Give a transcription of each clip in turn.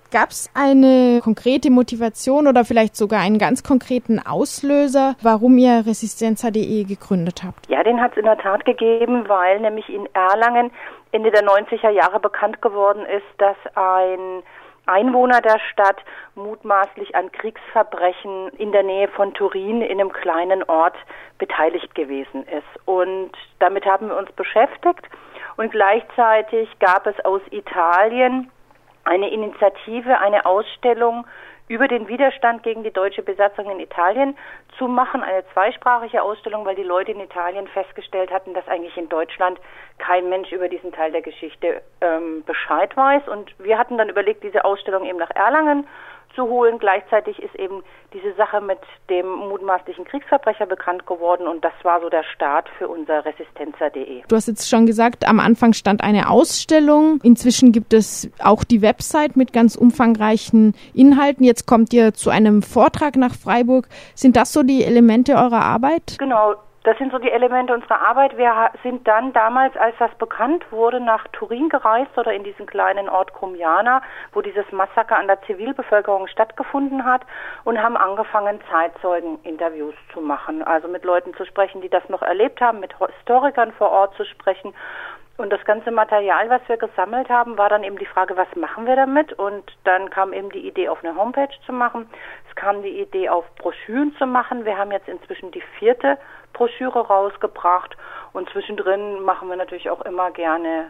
Gab es eine konkrete Motivation oder vielleicht sogar einen ganz konkreten Auslöser, warum ihr Resistenza.de gegründet habt? Ja, den hat es in der Tat gegeben, weil nämlich in Erlangen Ende der 90er Jahre bekannt geworden ist, dass ein Einwohner der Stadt mutmaßlich an Kriegsverbrechen in der Nähe von Turin in einem kleinen Ort beteiligt gewesen ist. Und damit haben wir uns beschäftigt. Und gleichzeitig gab es aus Italien eine Initiative, eine Ausstellung über den Widerstand gegen die deutsche Besatzung in Italien zu machen, eine zweisprachige Ausstellung, weil die Leute in Italien festgestellt hatten, dass eigentlich in Deutschland kein Mensch über diesen Teil der Geschichte Bescheid weiß. Und wir hatten dann überlegt, diese Ausstellung eben nach Erlangen zu holen. Gleichzeitig ist eben diese Sache mit dem mutmaßlichen Kriegsverbrecher bekannt geworden und das war so der Start für unser Resistenza.de. Du hast jetzt schon gesagt, am Anfang stand eine Ausstellung. Inzwischen gibt es auch die Website mit ganz umfangreichen Inhalten. Jetzt kommt ihr zu einem Vortrag nach Freiburg. Sind das so die Elemente eurer Arbeit? Genau. Das sind so die Elemente unserer Arbeit. Wir sind dann damals, als das bekannt wurde, nach Turin gereist oder in diesen kleinen Ort Comiana, wo dieses Massaker an der Zivilbevölkerung stattgefunden hat und haben angefangen, Zeitzeugeninterviews zu machen. Also mit Leuten zu sprechen, die das noch erlebt haben, mit Historikern vor Ort zu sprechen. Und das ganze Material, was wir gesammelt haben, war dann eben die Frage, was machen wir damit? Und dann kam eben die Idee, auf eine Homepage zu machen. Es kam die Idee, auf Broschüren zu machen. Wir haben jetzt inzwischen die 4. Broschüre rausgebracht. Und zwischendrin machen wir natürlich auch immer gerne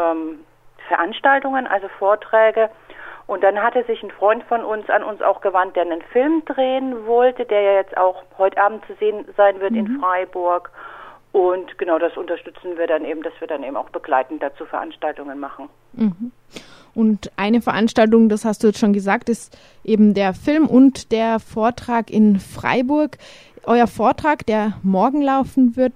Veranstaltungen, also Vorträge. Und dann hatte sich ein Freund von uns an uns auch gewandt, der einen Film drehen wollte, der ja jetzt auch heute Abend zu sehen sein wird in Freiburg. Und genau das unterstützen wir dann eben, dass wir dann eben auch begleitend dazu Veranstaltungen machen. Mhm. Und eine Veranstaltung, das hast du jetzt schon gesagt, ist eben der Film und der Vortrag in Freiburg. Euer Vortrag, der morgen laufen wird,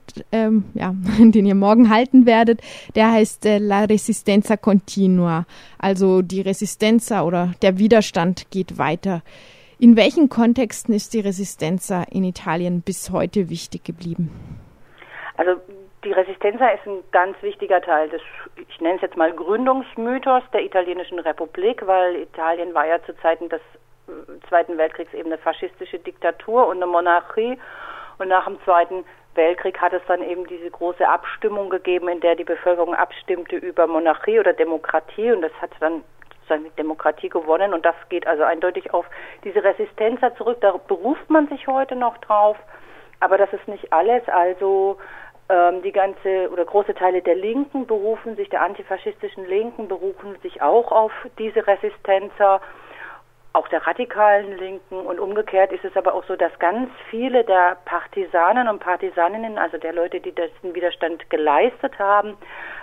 den ihr morgen halten werdet, der heißt La Resistenza Continua. Also die Resistenza oder der Widerstand geht weiter. In welchen Kontexten ist die Resistenza in Italien bis heute wichtig geblieben? Also die Resistenza ist ein ganz wichtiger Teil des, ich nenne es jetzt mal Gründungsmythos der italienischen Republik, weil Italien war ja zu Zeiten des Zweiten Weltkriegs eben eine faschistische Diktatur und eine Monarchie. Und nach dem Zweiten Weltkrieg hat es dann eben diese große Abstimmung gegeben, in der die Bevölkerung abstimmte über Monarchie oder Demokratie und das hat dann sozusagen die Demokratie gewonnen und das geht also eindeutig auf diese Resistenza zurück. Da beruft man sich heute noch drauf, aber das ist nicht alles. Also die ganze oder große Teile der Linken berufen sich, der antifaschistischen Linken berufen sich auch auf diese Resistenza, auch der radikalen Linken und umgekehrt ist es aber auch so, dass ganz viele der Partisanen und Partisaninnen, also der Leute, die diesen Widerstand geleistet haben,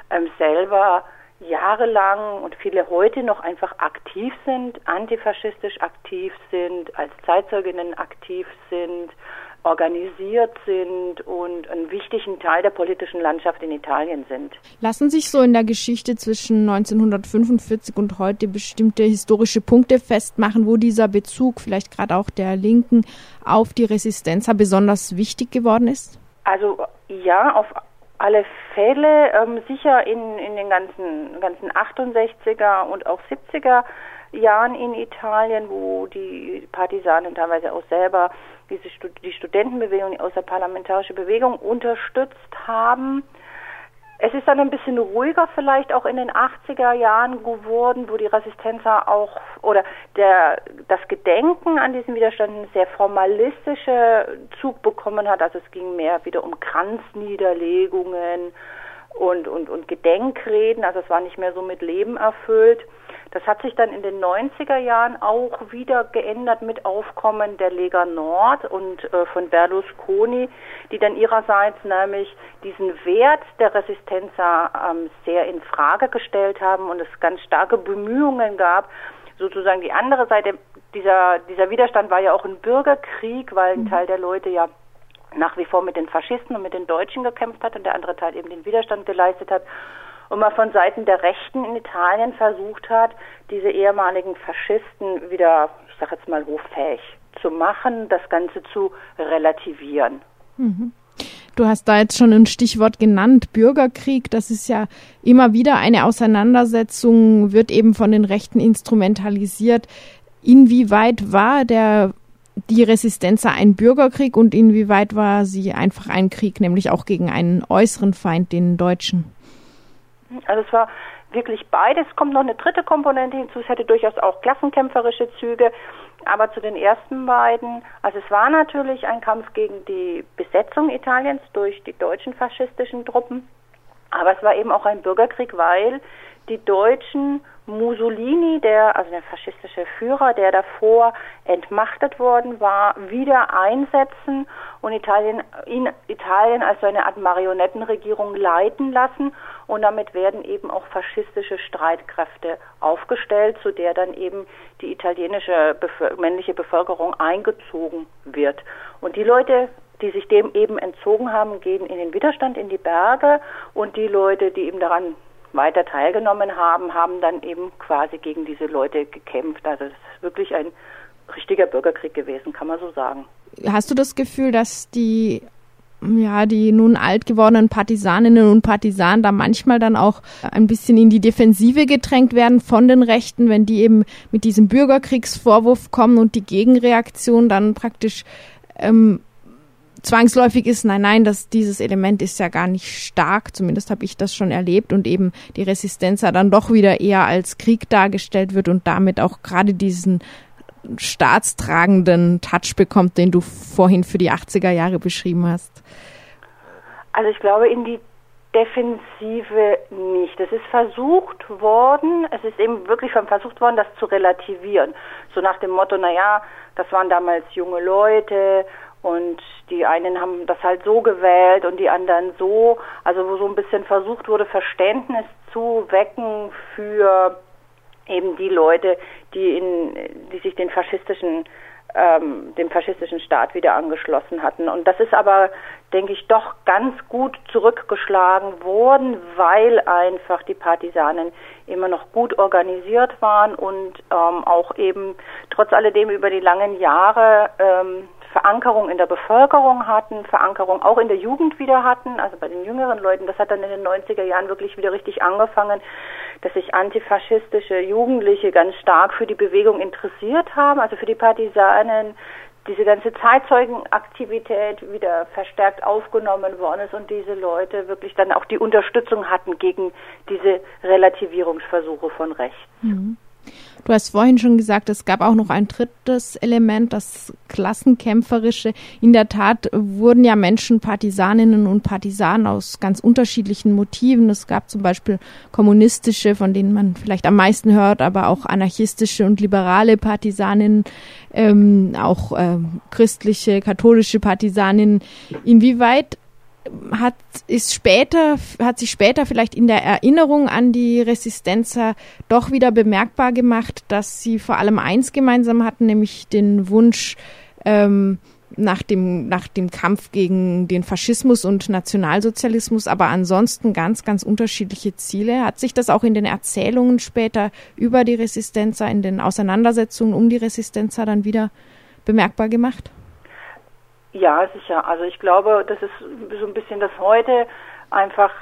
selber jahrelang und viele heute noch einfach aktiv sind, antifaschistisch aktiv sind, als Zeitzeuginnen aktiv sind, organisiert sind und einen wichtigen Teil der politischen Landschaft in Italien sind. Lassen sich so in der Geschichte zwischen 1945 und heute bestimmte historische Punkte festmachen, wo dieser Bezug vielleicht gerade auch der Linken auf die Resistenza besonders wichtig geworden ist? Also ja, auf alle Fälle, sicher in den ganzen 68er und auch 70er Jahren in Italien, wo die Partisanen teilweise auch selber die Studentenbewegung, die außerparlamentarische Bewegung unterstützt haben. Es ist dann ein bisschen ruhiger vielleicht auch in den 80er Jahren geworden, wo die Resistenza auch oder das Gedenken an diesen Widerstand einen sehr formalistische Zug bekommen hat. Also es ging mehr wieder um Kranzniederlegungen und Gedenkreden. Also es war nicht mehr so mit Leben erfüllt. Das hat sich dann in den 90er Jahren auch wieder geändert mit Aufkommen der Lega Nord und von Berlusconi, die dann ihrerseits nämlich diesen Wert der Resistenza sehr in Frage gestellt haben und es ganz starke Bemühungen gab, sozusagen die andere Seite, dieser Widerstand war ja auch ein Bürgerkrieg, weil ein Teil der Leute ja nach wie vor mit den Faschisten und mit den Deutschen gekämpft hat und der andere Teil eben den Widerstand geleistet hat. Und man von Seiten der Rechten in Italien versucht hat, diese ehemaligen Faschisten wieder, ich sage jetzt mal, hoffähig zu machen, das Ganze zu relativieren. Mhm. Du hast da jetzt schon ein Stichwort genannt, Bürgerkrieg. Das ist ja immer wieder eine Auseinandersetzung, wird eben von den Rechten instrumentalisiert. Inwieweit war die Resistenza ein Bürgerkrieg und inwieweit war sie einfach ein Krieg, nämlich auch gegen einen äußeren Feind, den Deutschen? Also es war wirklich beides. Es kommt noch eine dritte Komponente hinzu. Es hatte durchaus auch klassenkämpferische Züge. Aber zu den ersten beiden, also es war natürlich ein Kampf gegen die Besetzung Italiens durch die deutschen faschistischen Truppen. Aber es war eben auch ein Bürgerkrieg, weil die Deutschen Mussolini, der faschistische Führer, der davor entmachtet worden war, wieder einsetzen und Italien als so eine Art Marionettenregierung leiten lassen. Und damit werden eben auch faschistische Streitkräfte aufgestellt, zu der dann eben die italienische männliche Bevölkerung eingezogen wird. Und die Leute, die sich dem eben entzogen haben, gehen in den Widerstand in die Berge, und die Leute, die eben daran weiter teilgenommen haben, haben dann eben quasi gegen diese Leute gekämpft. Also es ist wirklich ein richtiger Bürgerkrieg gewesen, kann man so sagen. Hast du das Gefühl, dass die nun alt gewordenen Partisaninnen und Partisanen da manchmal dann auch ein bisschen in die Defensive gedrängt werden von den Rechten, wenn die eben mit diesem Bürgerkriegsvorwurf kommen und die Gegenreaktion dann praktisch zwangsläufig ist, nein, dieses Element ist ja gar nicht stark, zumindest habe ich das schon erlebt, und eben die Resistenza dann doch wieder eher als Krieg dargestellt wird und damit auch gerade diesen staatstragenden Touch bekommt, den du vorhin für die 80er Jahre beschrieben hast? Also ich glaube, in die Defensive nicht. Es ist versucht worden, das zu relativieren. So nach dem Motto, das waren damals junge Leute und die einen haben das halt so gewählt und die anderen so. Also wo so ein bisschen versucht wurde, Verständnis zu wecken für eben die Leute, die sich dem faschistischen Staat wieder angeschlossen hatten. Und das ist aber, denke ich, doch ganz gut zurückgeschlagen worden, weil einfach die Partisanen immer noch gut organisiert waren und auch eben trotz alledem über die langen Jahre Verankerung in der Bevölkerung hatten, Verankerung auch in der Jugend wieder hatten, also bei den jüngeren Leuten. Das hat dann in den 90er Jahren wirklich wieder richtig angefangen, dass sich antifaschistische Jugendliche ganz stark für die Bewegung interessiert haben, also für die Partisanen, diese ganze Zeitzeugenaktivität wieder verstärkt aufgenommen worden ist und diese Leute wirklich dann auch die Unterstützung hatten gegen diese Relativierungsversuche von rechts. Mhm. Du hast vorhin schon gesagt, es gab auch noch ein drittes Element, das Klassenkämpferische. In der Tat wurden ja Menschen, Partisaninnen und Partisanen aus ganz unterschiedlichen Motiven. Es gab zum Beispiel kommunistische, von denen man vielleicht am meisten hört, aber auch anarchistische und liberale Partisaninnen, auch christliche, katholische Partisaninnen. Inwieweit hat sich später vielleicht in der Erinnerung an die Resistenza doch wieder bemerkbar gemacht, dass sie vor allem eins gemeinsam hatten, nämlich den Wunsch nach dem Kampf gegen den Faschismus und Nationalsozialismus, aber ansonsten ganz, ganz unterschiedliche Ziele. Hat sich das auch in den Erzählungen später über die Resistenza, in den Auseinandersetzungen um die Resistenza dann wieder bemerkbar gemacht? Ja, sicher. Also ich glaube, das ist so ein bisschen das heute einfach,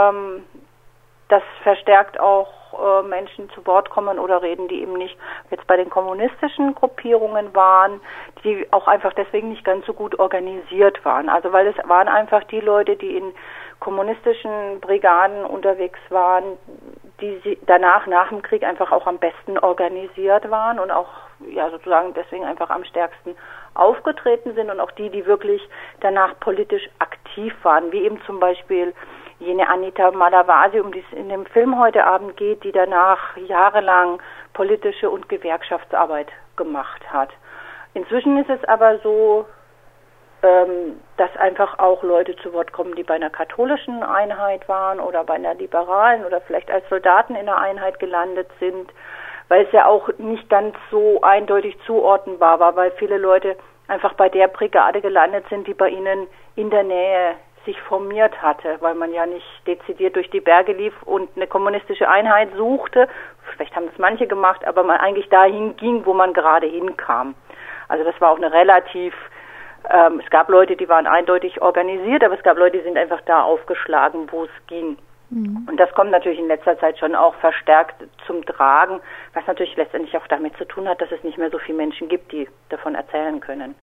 das verstärkt auch Menschen zu Wort kommen oder reden, die eben nicht jetzt bei den kommunistischen Gruppierungen waren, die auch einfach deswegen nicht ganz so gut organisiert waren. Also weil es waren einfach die Leute, die in kommunistischen Brigaden unterwegs waren, die danach, nach dem Krieg einfach auch am besten organisiert waren und auch sozusagen deswegen einfach am stärksten aufgetreten sind und auch die wirklich danach politisch aktiv waren, wie eben zum Beispiel jene Anita Malavasi, um die es in dem Film heute Abend geht, die danach jahrelang politische und Gewerkschaftsarbeit gemacht hat. Inzwischen ist es aber so, dass einfach auch Leute zu Wort kommen, die bei einer katholischen Einheit waren oder bei einer liberalen oder vielleicht als Soldaten in einer Einheit gelandet sind, weil es ja auch nicht ganz so eindeutig zuordnenbar war, weil viele Leute einfach bei der Brigade gelandet sind, die bei ihnen in der Nähe sich formiert hatte, weil man ja nicht dezidiert durch die Berge lief und eine kommunistische Einheit suchte. Vielleicht haben das manche gemacht, aber man eigentlich dahin ging, wo man gerade hinkam. Also das war auch eine relativ Es gab Leute, die waren eindeutig organisiert, aber es gab Leute, die sind einfach da aufgeschlagen, wo es ging. Und das kommt natürlich in letzter Zeit schon auch verstärkt zum Tragen, was natürlich letztendlich auch damit zu tun hat, dass es nicht mehr so viele Menschen gibt, die davon erzählen können.